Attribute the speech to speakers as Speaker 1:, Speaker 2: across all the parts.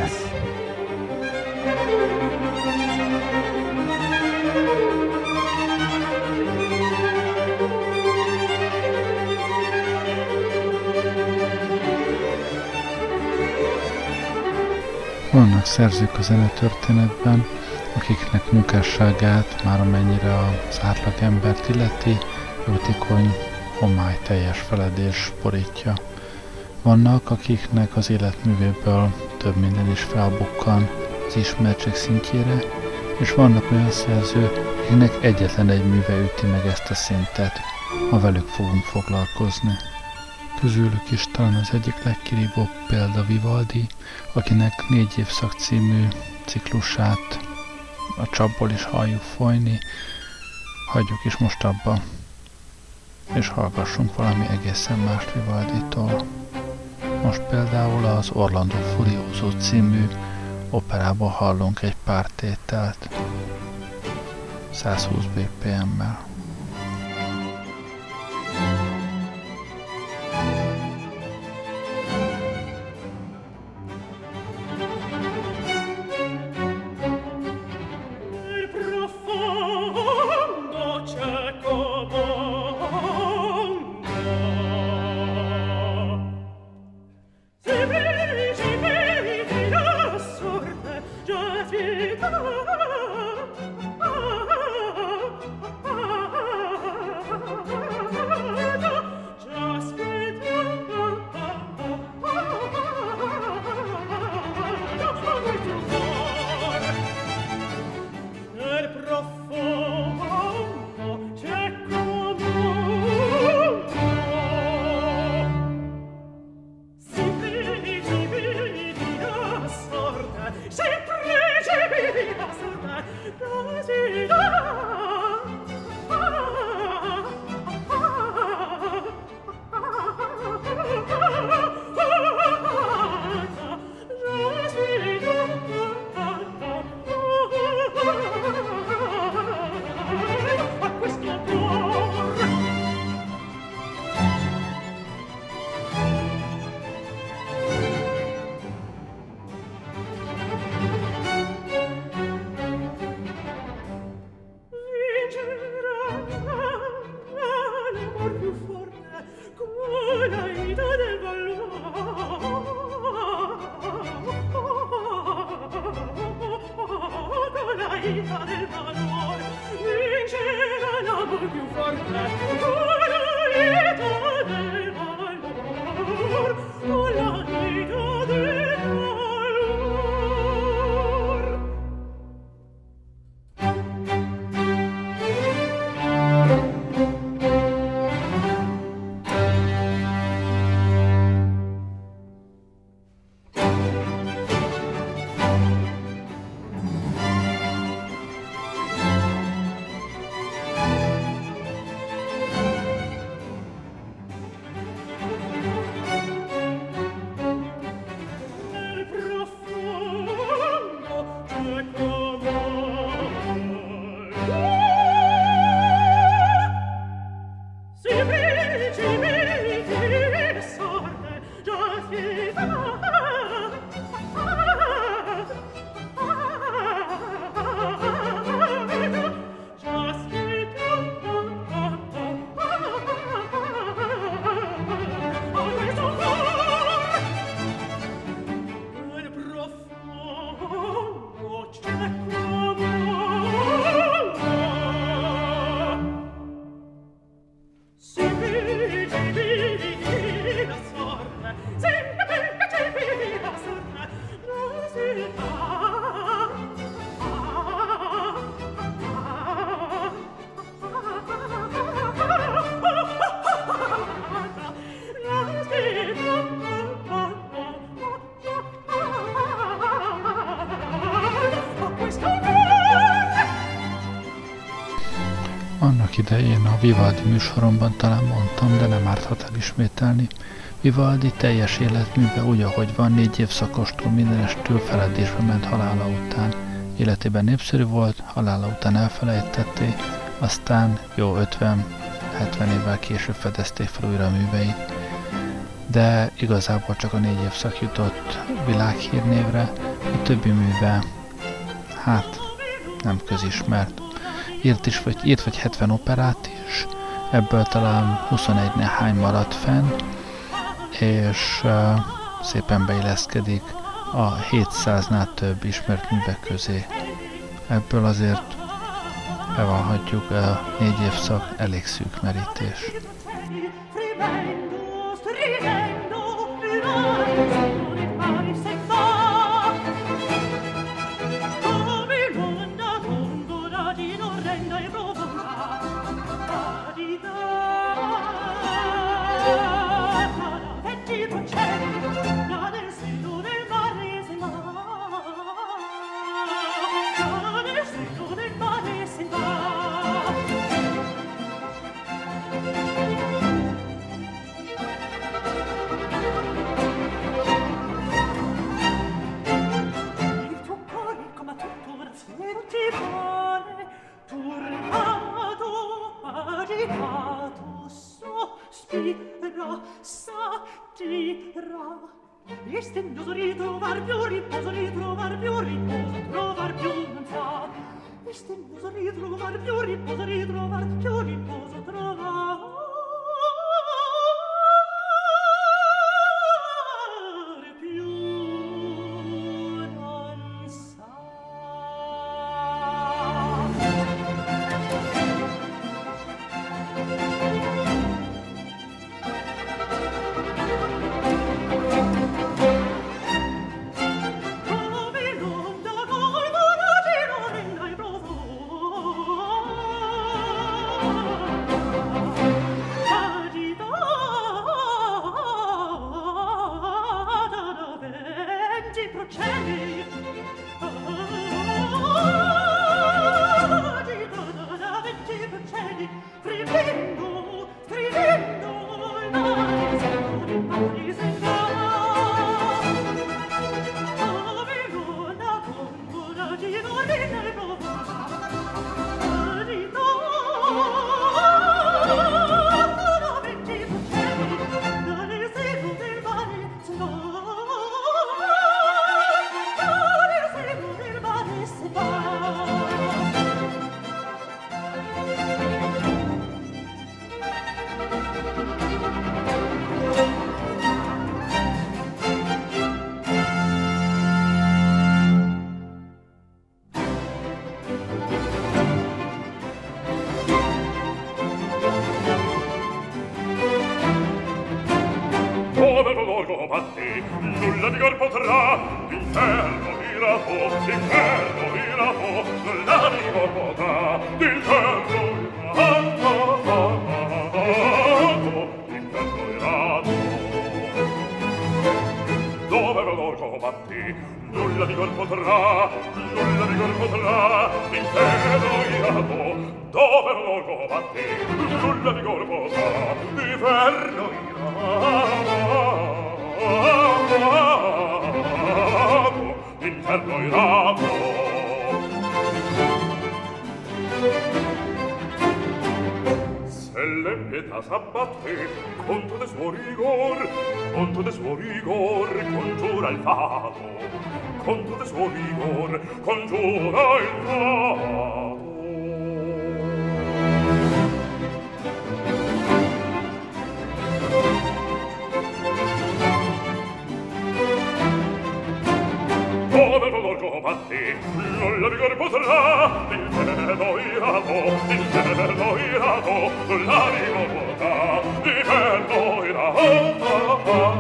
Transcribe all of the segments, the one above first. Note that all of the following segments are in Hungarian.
Speaker 1: Vannak szerzők a zenetörténetben, akiknek munkásságát, már amennyire az átlagembert illeti, jótékony, homály teljes feledés borítja. Vannak, akiknek az életművéből több minden is felbukkan az ismertség szintjére, és vannak olyan szerzők, akiknek egyetlen egy műve üti meg ezt a szintet, ha velük fogunk foglalkozni. Közülük is talán az egyik legkirívóbb példa Vivaldi, akinek 4 évszak című ciklusát a csapból is halljuk folyni, hagyjuk is most abba, és hallgassunk valami egészen mást Vivalditól. Most például az Orlando Furioso című operából hallunk egy pár tételt, 120 BPM-mel. Annak idején a Vivaldi műsoromban talán mondtam, de nem árthat elismételni. Vivaldi teljes életműve úgy, ahogy van, 4 évszakostól mindenestől feledésbe ment halála után. Életében népszerű volt, halála után elfelejtették, aztán jó 50-70 évvel később fedezték fel újra a műveit. De igazából csak a 4 évszak jutott világhírnévre, A többi műve, hát nem közismert. Írt vagy 70 operát is, ebből talán 21 nehány maradt fenn, és szépen beilleszkedik a 700-nál több ismert művek közé. Ebből azért bevallhatjuk, a 4 évszak elég szűk merítés.
Speaker 2: Estendoso ritrovar più riposo, ritrovar più riposo, trovar più non sa. Estendoso ritrovar più riposo, ritrovar più riposo, trovar più non sa. Nulla di corpo potrà, l'inferno irà nulla di corpo potrà, l'inferno irà dove valor combatti, nulla di corpo potrà, l'inferno irà dove valor combatti, nulla di corpo potrà, l'inferno irà l'inferno irato. Se l'empietà s'abbatte contro de suo rigor, congiura il fato, contro de suo rigor, congiura il fato. Dove valor combatti, nulla vigore potrà, l'inferno irato, nulla vigor potrà, l'inferno irato,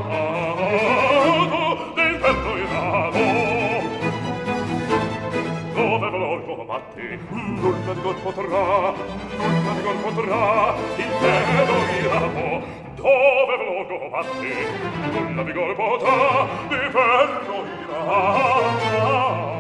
Speaker 2: dove valor combatti, nulla vigor potrà, l'inferno irato, dove valor combatti, nulla vigor potrà, l'inferno irato.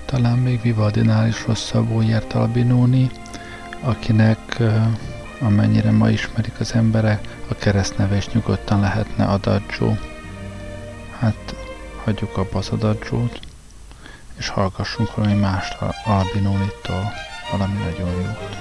Speaker 1: talán még Vivaldinál is rosszabbul járt Albinoni, akinek, amennyire ma ismerik az emberek, a keresztneve is nyugodtan lehetne Adagio. Hát, hagyjuk abba az Adagiót, és hallgassunk valami más Albinonitól, valami nagyon jót.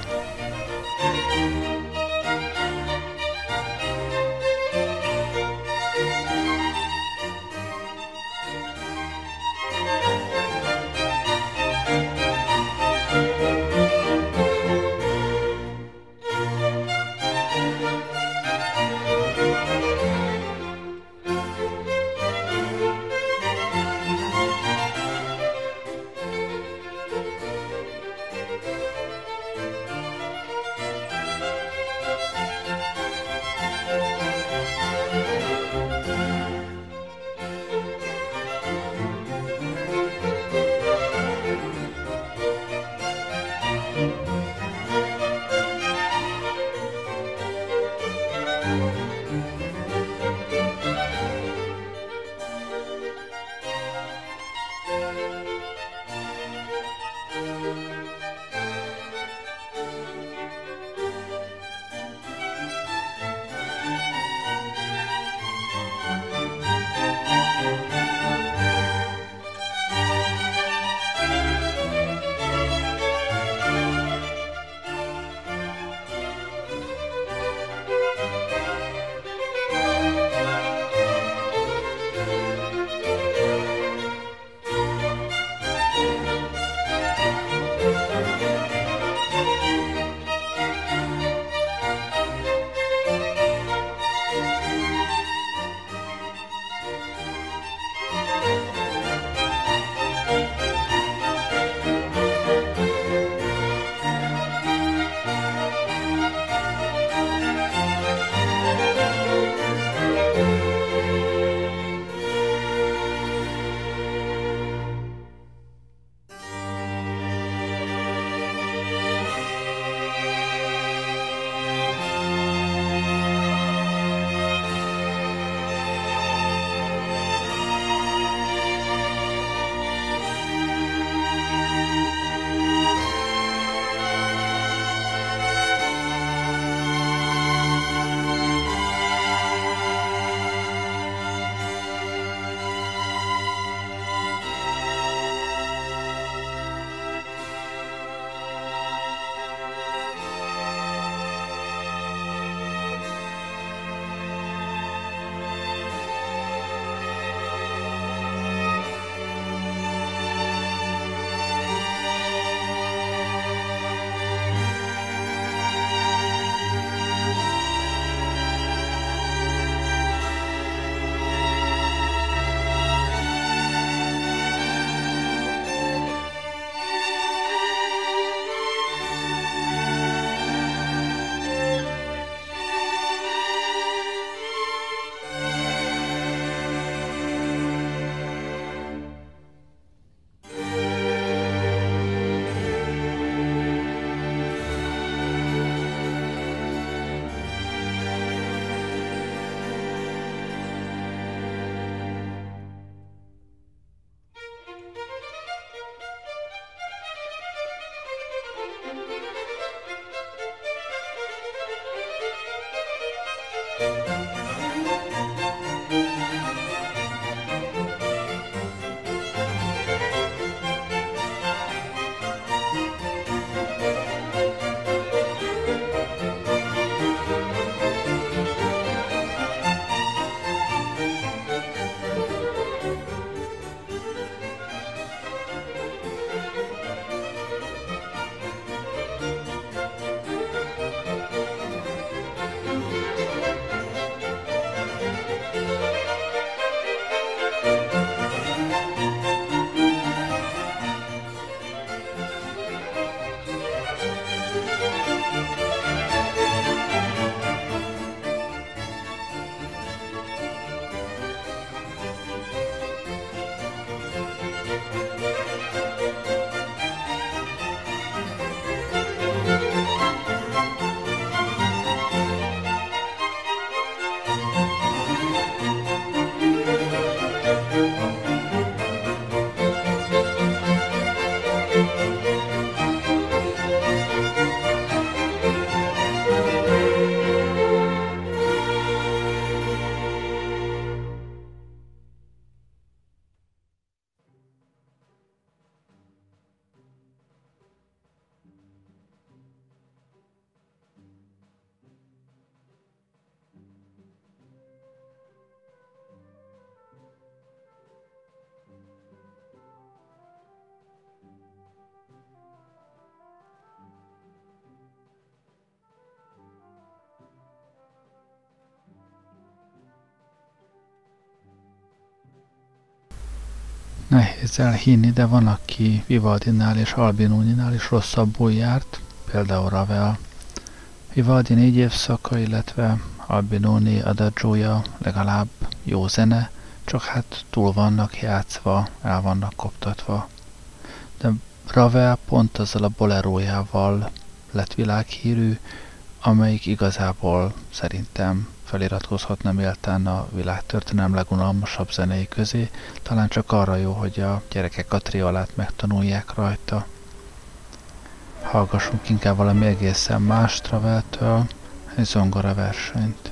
Speaker 1: Nehéz elhinni, de van, aki Vivaldinál és Albinóninál is rosszabbul járt, például Ravel. Vivaldi 4 évszaka, illetve Albinoni adagiója legalább jó zene, csak hát túl vannak játszva, el vannak koptatva. De Ravel pont azzal a bolerójával lett világhírű, amelyik igazából szerintem feliratkozhatna méltán a világtörténelem legunalmasabb zenéi közé, talán csak arra jó, hogy a gyerekek a triolát megtanulják rajta. Hallgassunk inkább valami egészen más Raveltől, egy zongora versenyt.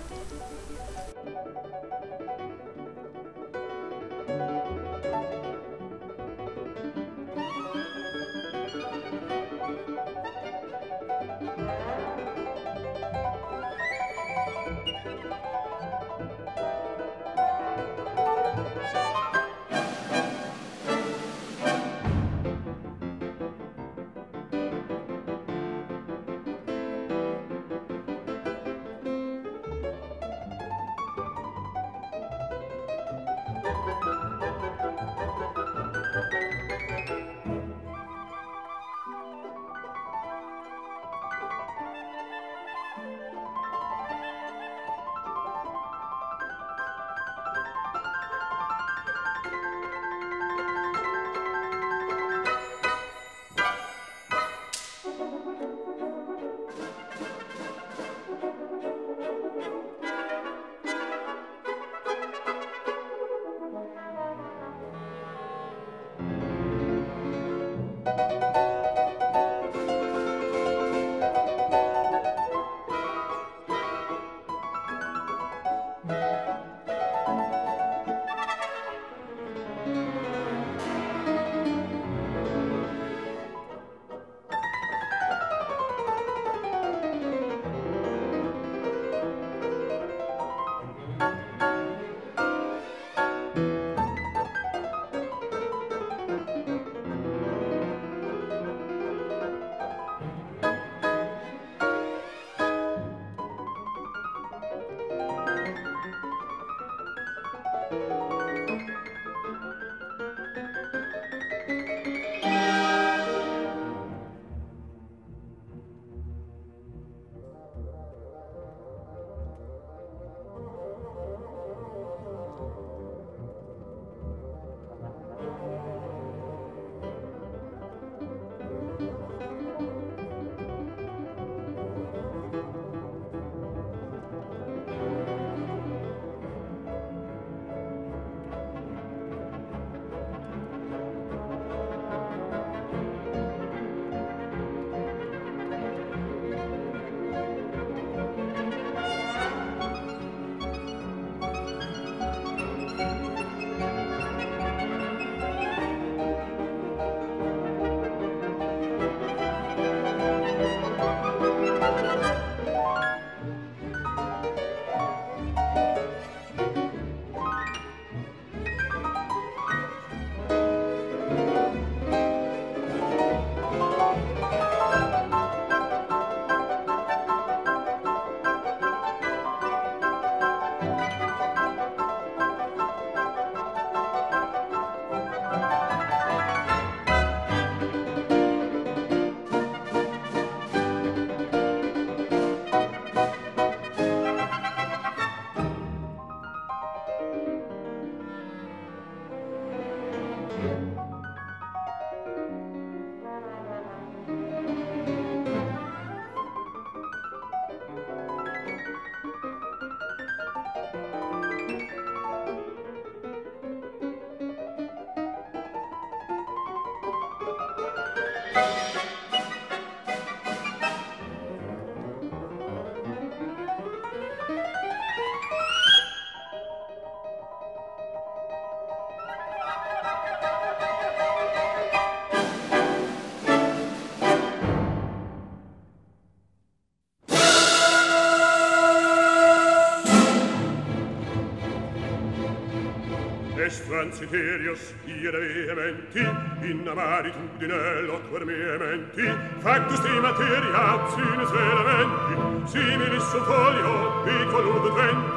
Speaker 3: Transitarius, ire vehementi, in amaritudine loquer mehementi, factus de materia, sines elementi, similis sunt folio, piccolo udenti,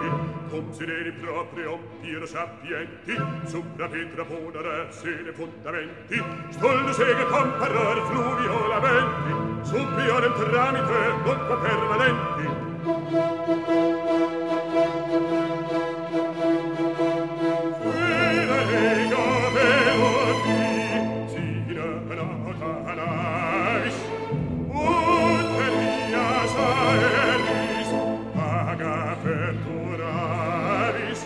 Speaker 3: consideri proprio piro sapienti, supra pietra ponere sede fondamenti, stoldo sega comparare fluviolamenti, suppiore tramite molto permanenti. Fuera lega veloti, sina nota navis, uteria saeris, paga perturaris,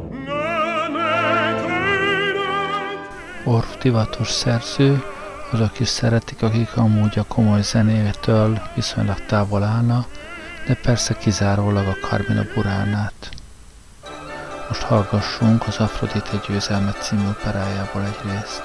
Speaker 1: Orff divatos szerző, azok is szeretik, akik amúgy a komoly zenétől viszonylag távol állnak, de persze kizárólag a Carmina Buranát. Most hallgassunk az Afrodite győzelme című operájából egy részt.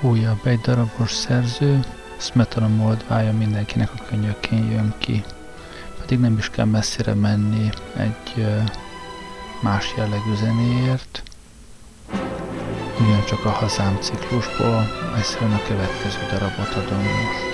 Speaker 1: Újabb egy darabos szerző, Smetana moldvája mindenkinek a könyökén jön ki. Pedig nem is kell messzire menni egy más jellegű zenéért. Ugyancsak a Hazám ciklusból egyszerűen a következő darabot adom most.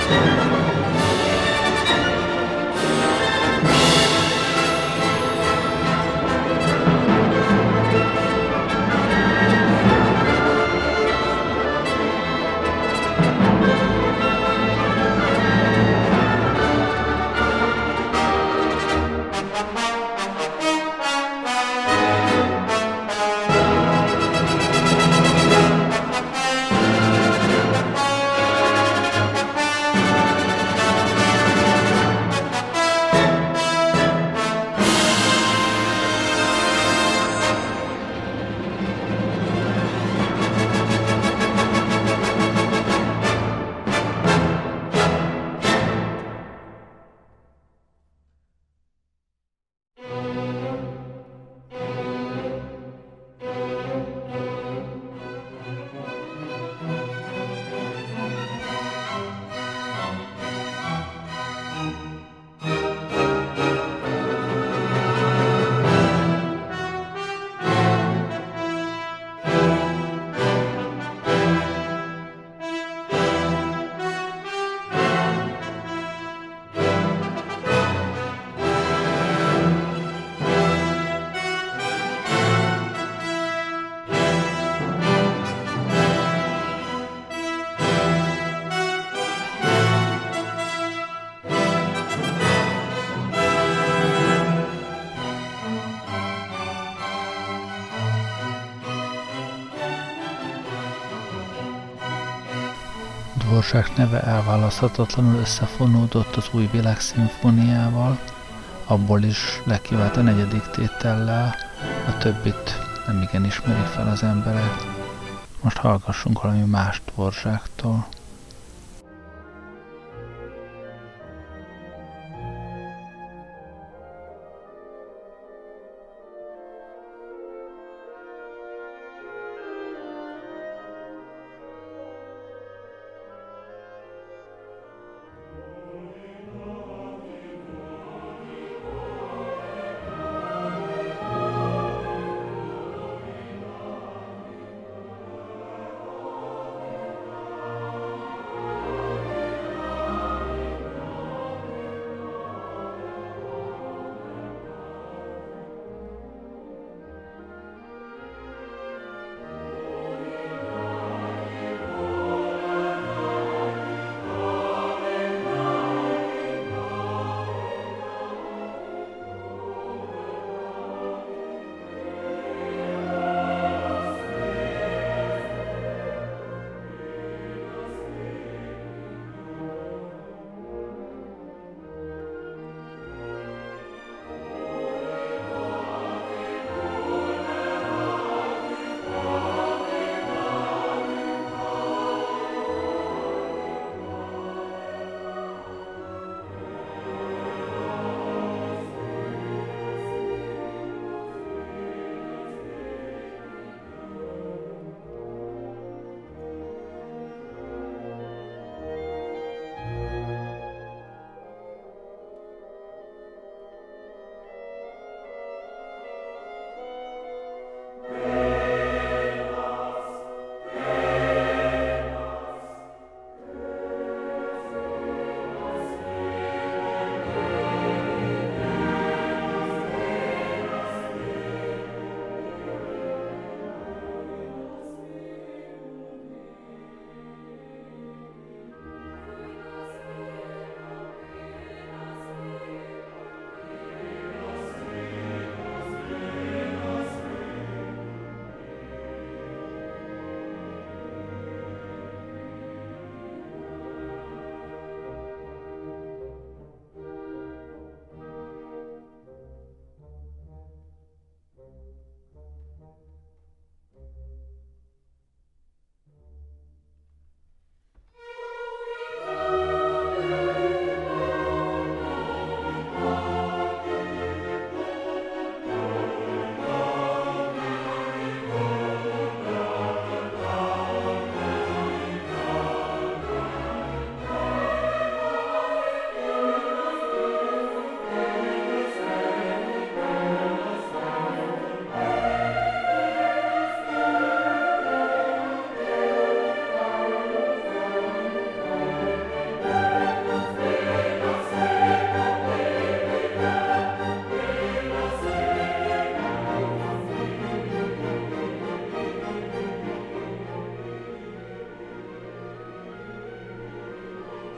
Speaker 1: Dvořák neve elválaszthatatlanul összefonódott az Új világ szimfóniával, abból is lekivált a 4. tétellel, a többit nem igen ismerik fel az emberek. Most hallgassunk valami más Dvořáktól.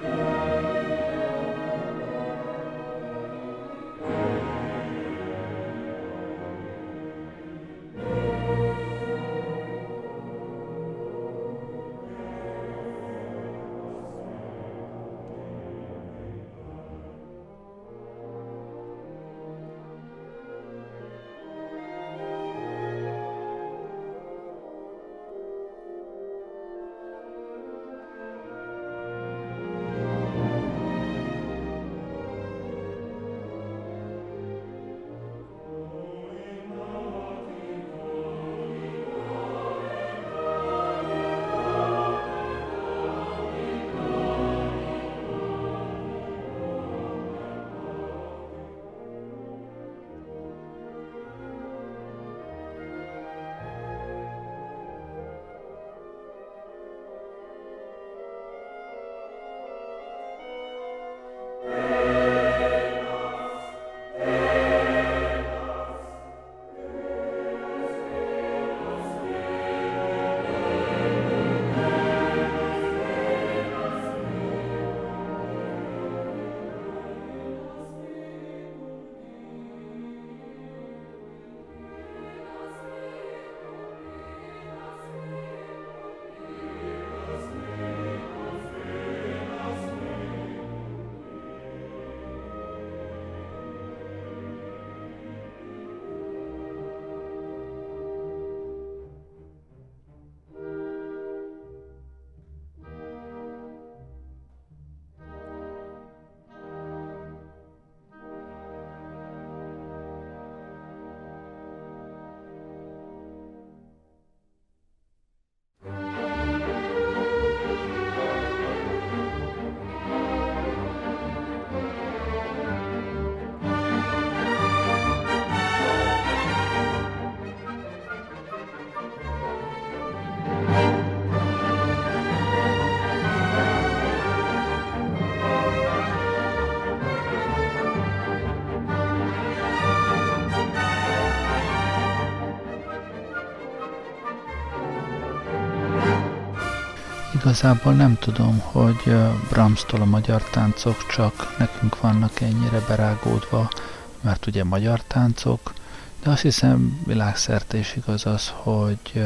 Speaker 1: Igazából nem tudom, hogy Brahmstól a magyar táncok csak nekünk vannak ennyire berágódva, mert ugye magyar táncok, de azt hiszem világszerte is igaz az, hogy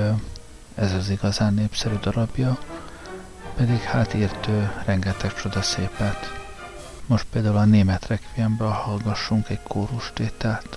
Speaker 1: ez az igazán népszerű darabja, pedig hát írt ő rengeteg csodaszépet. Most például a német requiemből hallgassunk egy kórustételt.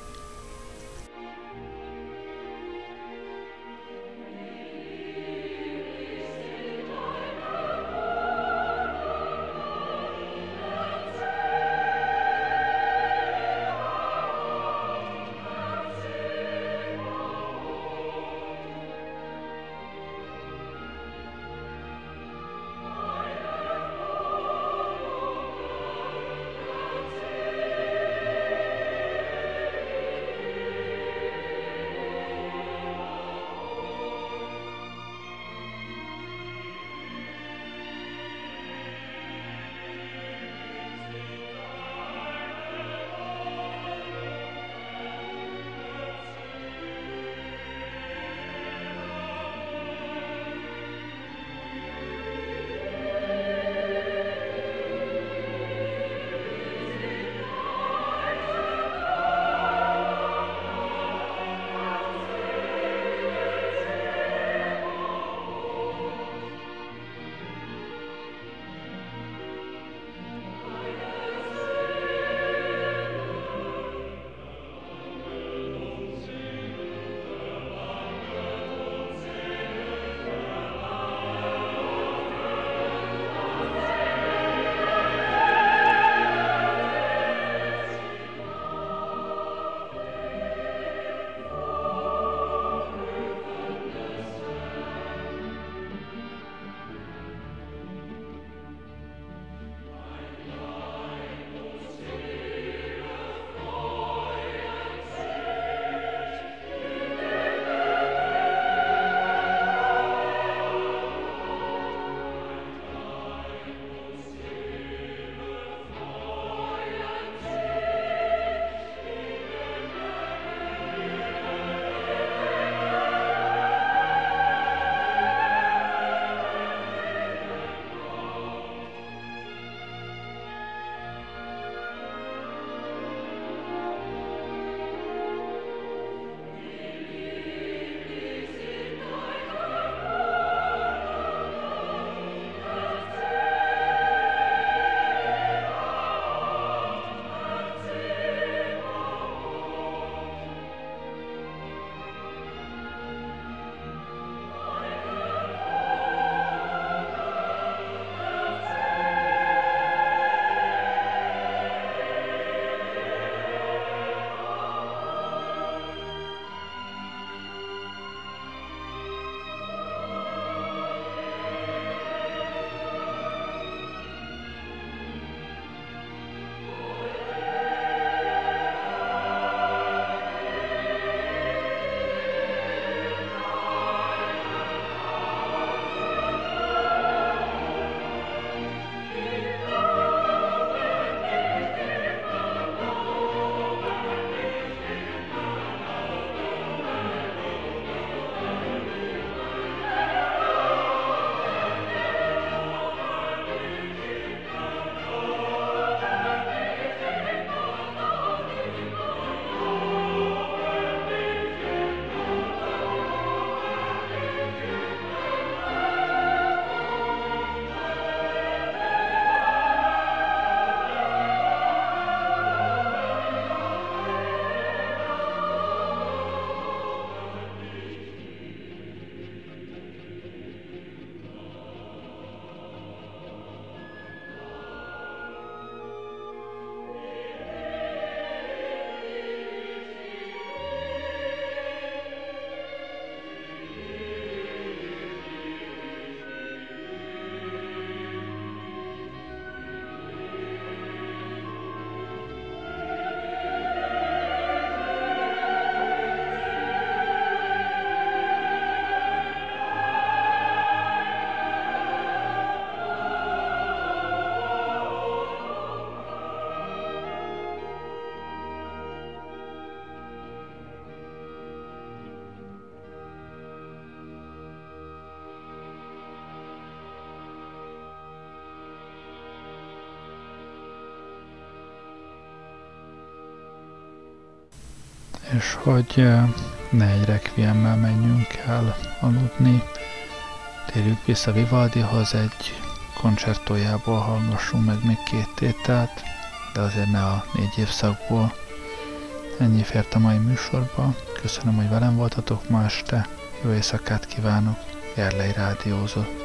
Speaker 1: és hogy ne egy requiemmel menjünk el aludni, térjünk vissza Vivaldihoz, egy koncertójából hallgassunk meg még 2 tételt, de azért ne a 4 évszakból. Ennyi fért a mai műsorba. Köszönöm, hogy velem voltatok ma este. Jó éjszakát kívánok. Gerlei rádiózott.